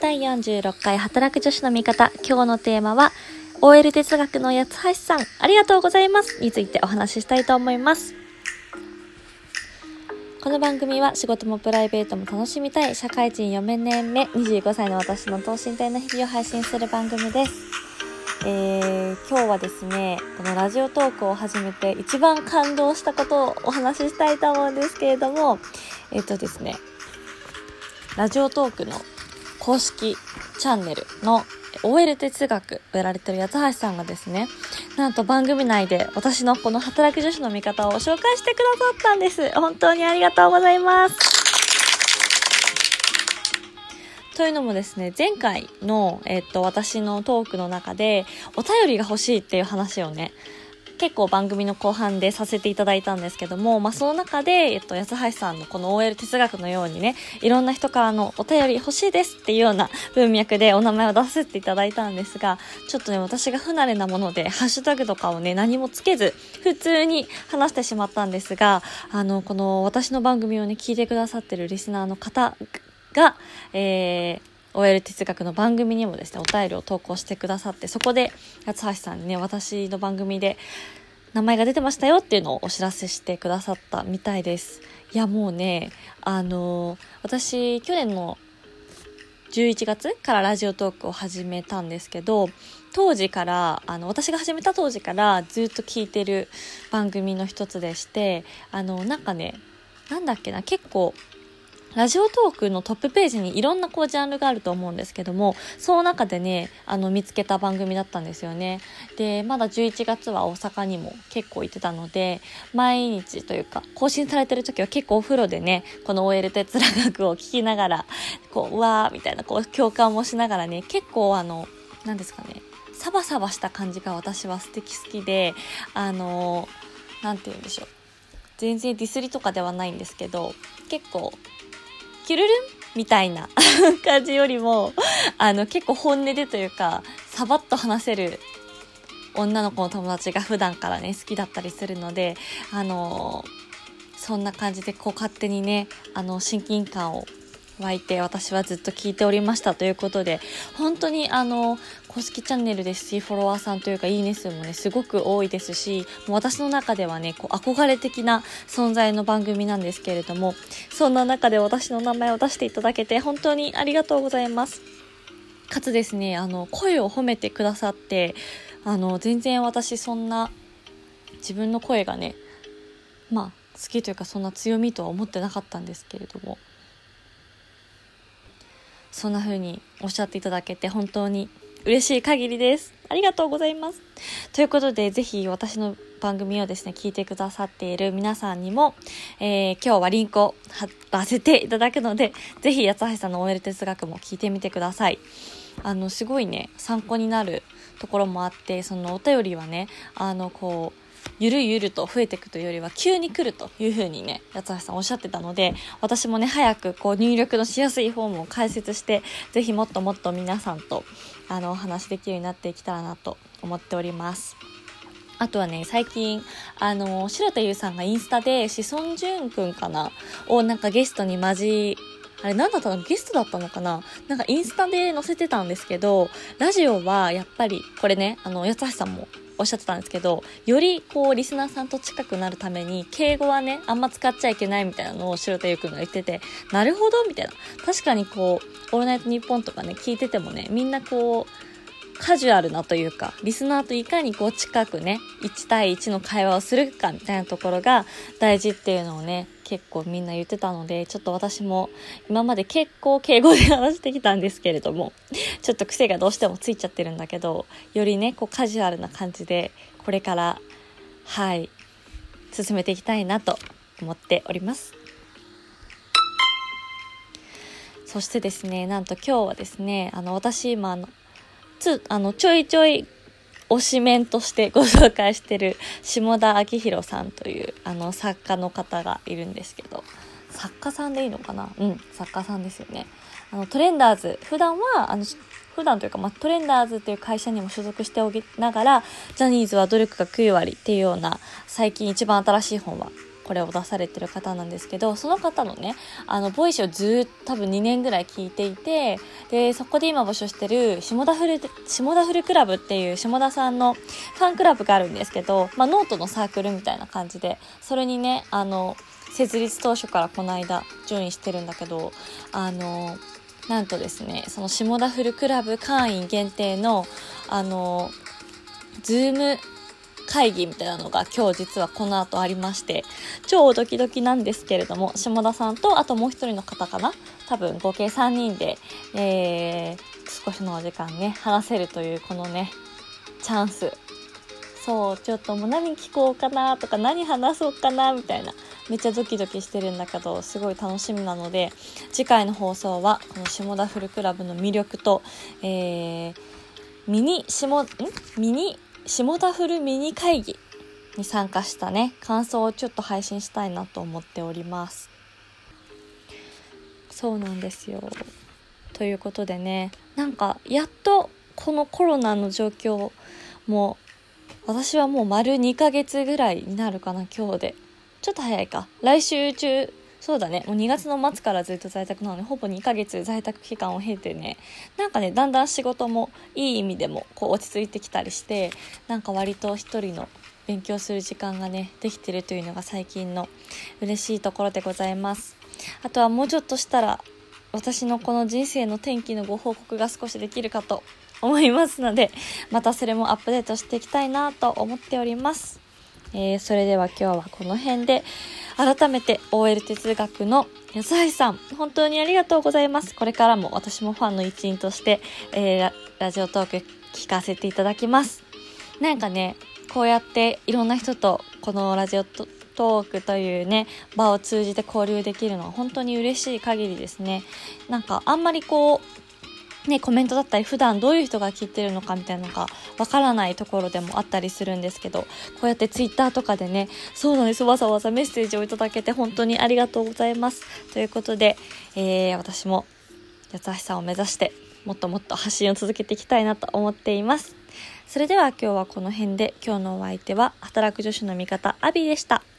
第46回働く女子の味方。今日のテーマは OL 哲学の八橋さんありがとうございますについてお話ししたいと思います。この番組は仕事もプライベートも楽しみたい社会人4年目25歳の私の等身大の日々を配信する番組です。今日はですね、このラジオトークを始めて一番感動したことをお話ししたいと思うんですけれども、ですね、ラジオトークの公式チャンネルの OL 哲学をやられてる八橋さんがですね、なんと番組内で私のこの働く女子の味方を紹介してくださったんです。本当にありがとうございます。というのもですね、前回の、私のトークの中でお便りが欲しいっていう話をね、結構番組の後半でさせていただいたんですけども、その中で、八橋さんのこの OL 哲学のようにね、いろんな人からのお便り欲しいですっていうような文脈でお名前を出させていただいたんですが、ちょっとね、私が不慣れなものでハッシュタグとかをね、何もつけず普通に話してしまったんですが、この私の番組をね、聞いてくださってるリスナーの方が、OL 哲学の番組にもですね、お便りを投稿してくださって、そこで八橋さんにね、私の番組で名前が出てましたよっていうのをお知らせしてくださったみたいです。いやもうね、私去年の11月からラジオトークを始めたんですけど、当時から私が始めた当時からずっと聞いてる番組の一つでして、なんかね、なんだっけな、結構ラジオトークのトップページにいろんなジャンルがあると思うんですけども、その中でね、見つけた番組だったんですよね。で、まだ11月は大阪にも結構行ってたので、毎日というか更新されてる時は結構お風呂でね、この OL 哲学を聞きながら、うわーみたいな共感もしながらね、結構なんですかね、サバサバした感じが私は好きで、なんて言うんでしょう。全然ディスりとかではないんですけど、結構キュルルンみたいな感じよりも結構本音でというかサバッと話せる女の子の友達が普段からね好きだったりするので、そんな感じで勝手にね親近感を湧いて私はずっと聞いておりましたということで、本当に公式チャンネルですし、フォロワーさんというかいいね数もねすごく多いですし、もう私の中ではね憧れ的な存在の番組なんですけれども、そんな中で私の名前を出していただけて本当にありがとうございます。かつですね、声を褒めてくださって、全然私そんな自分の声がね好きというかそんな強みとは思ってなかったんですけれども、そんな風におっしゃっていただけて本当に嬉しい限りです。ありがとうございます。ということで、ぜひ私の番組をですね聞いてくださっている皆さんにも、今日はリンクを貼らせていただくので、ぜひ八橋さんの OL 哲学も聞いてみてください。すごいね参考になるところもあって、そのお便りはねゆるゆると増えていくというよりは急に来るというふうにね八橋さんおっしゃってたので、私もね早く入力のしやすいフォームを開設して、ぜひもっともっと皆さんとお話できるようになっていけたらなと思っております。あとはね、最近白田優さんがインスタで志尊淳くんかなをなんかゲストにあれ何だったの、ゲストだったのかな、なんかインスタで載せてたんですけど、ラジオはやっぱりこれね八橋さんもおっしゃってたんですけど、よりリスナーさんと近くなるために敬語はねあんま使っちゃいけないみたいなのを白田優くんが言ってて、なるほどみたいな、確かにオールナイトニッポンとかね聞いててもね、みんなカジュアルなというか、リスナーといかに近くね1対1の会話をするかみたいなところが大事っていうのをね結構みんな言ってたので、ちょっと私も今まで結構敬語で話してきたんですけれども、ちょっと癖がどうしてもついちゃってるんだけど、よりねカジュアルな感じでこれから進めていきたいなと思っております。そしてですね、なんと今日はですね私今ちょいちょい推しメンとしてご紹介してる下田明宏さんという作家の方がいるんですけど、作家さんでいいのかな、作家さんですよね。トレンダーズ、普段というか、トレンダーズっていう会社にも所属しておきながら、ジャニーズは努力が9割っていうような最近一番新しい本はこれを出されてる方なんですけど、その方のねボイシーをずっと多分2年ぐらい聞いていて、でそこで今募集してる下田フルクラブっていう下田さんのファンクラブがあるんですけど、ノートのサークルみたいな感じで、それにね設立当初からこの間ジョインしてるんだけど、なんとですね、その下田フルクラブ会員限定のズーム会議みたいなのが今日実はこの後ありまして、超ドキドキなんですけれども、下田さんとあともう一人の方かな、多分合計3人で、少しのお時間ね話せるというこのねチャンス。そうちょっともう何聞こうかなとか何話そうかなみたいな、めっちゃドキドキしてるんだけどすごい楽しみなので、次回の放送はこの下田フルクラブの魅力と、ミニ下田フルミニ会議に参加したね感想をちょっと配信したいなと思っております。そうなんですよ。ということでね、なんかやっとこのコロナの状況も、私はもう丸2ヶ月ぐらいになるかな、今日で。ちょっと早いか。来週中、そうだね、もう2月の末からずっと在宅なので、ほぼ2ヶ月在宅期間を経てね、なんかね、だんだん仕事もいい意味でもこう落ち着いてきたりして、なんか割と一人の勉強する時間がね、できてるというのが最近の嬉しいところでございます。あとはもうちょっとしたら、私のこの人生の転機のご報告が少しできるかと思いますので、またそれもアップデートしていきたいなと思っております。それでは今日はこの辺で、改めて OL 哲学の安橋さん、本当にありがとうございます。これからも私もファンの一員として、ラジオトーク聞かせていただきます。なんかね、こうやっていろんな人とこのラジオトークというね場を通じて交流できるのは本当に嬉しい限りですね。なんかあんまりこうね、コメントだったり普段どういう人が聞いてるのかみたいなのがわからないところでもあったりするんですけど、こうやってツイッターとかでね、そうなんです、わざわざメッセージをいただけて本当にありがとうございます。ということで、私も八橋さんを目指してもっともっと発信を続けていきたいなと思っています。それでは今日はこの辺で、今日のお相手は働く女子の味方アビーでした。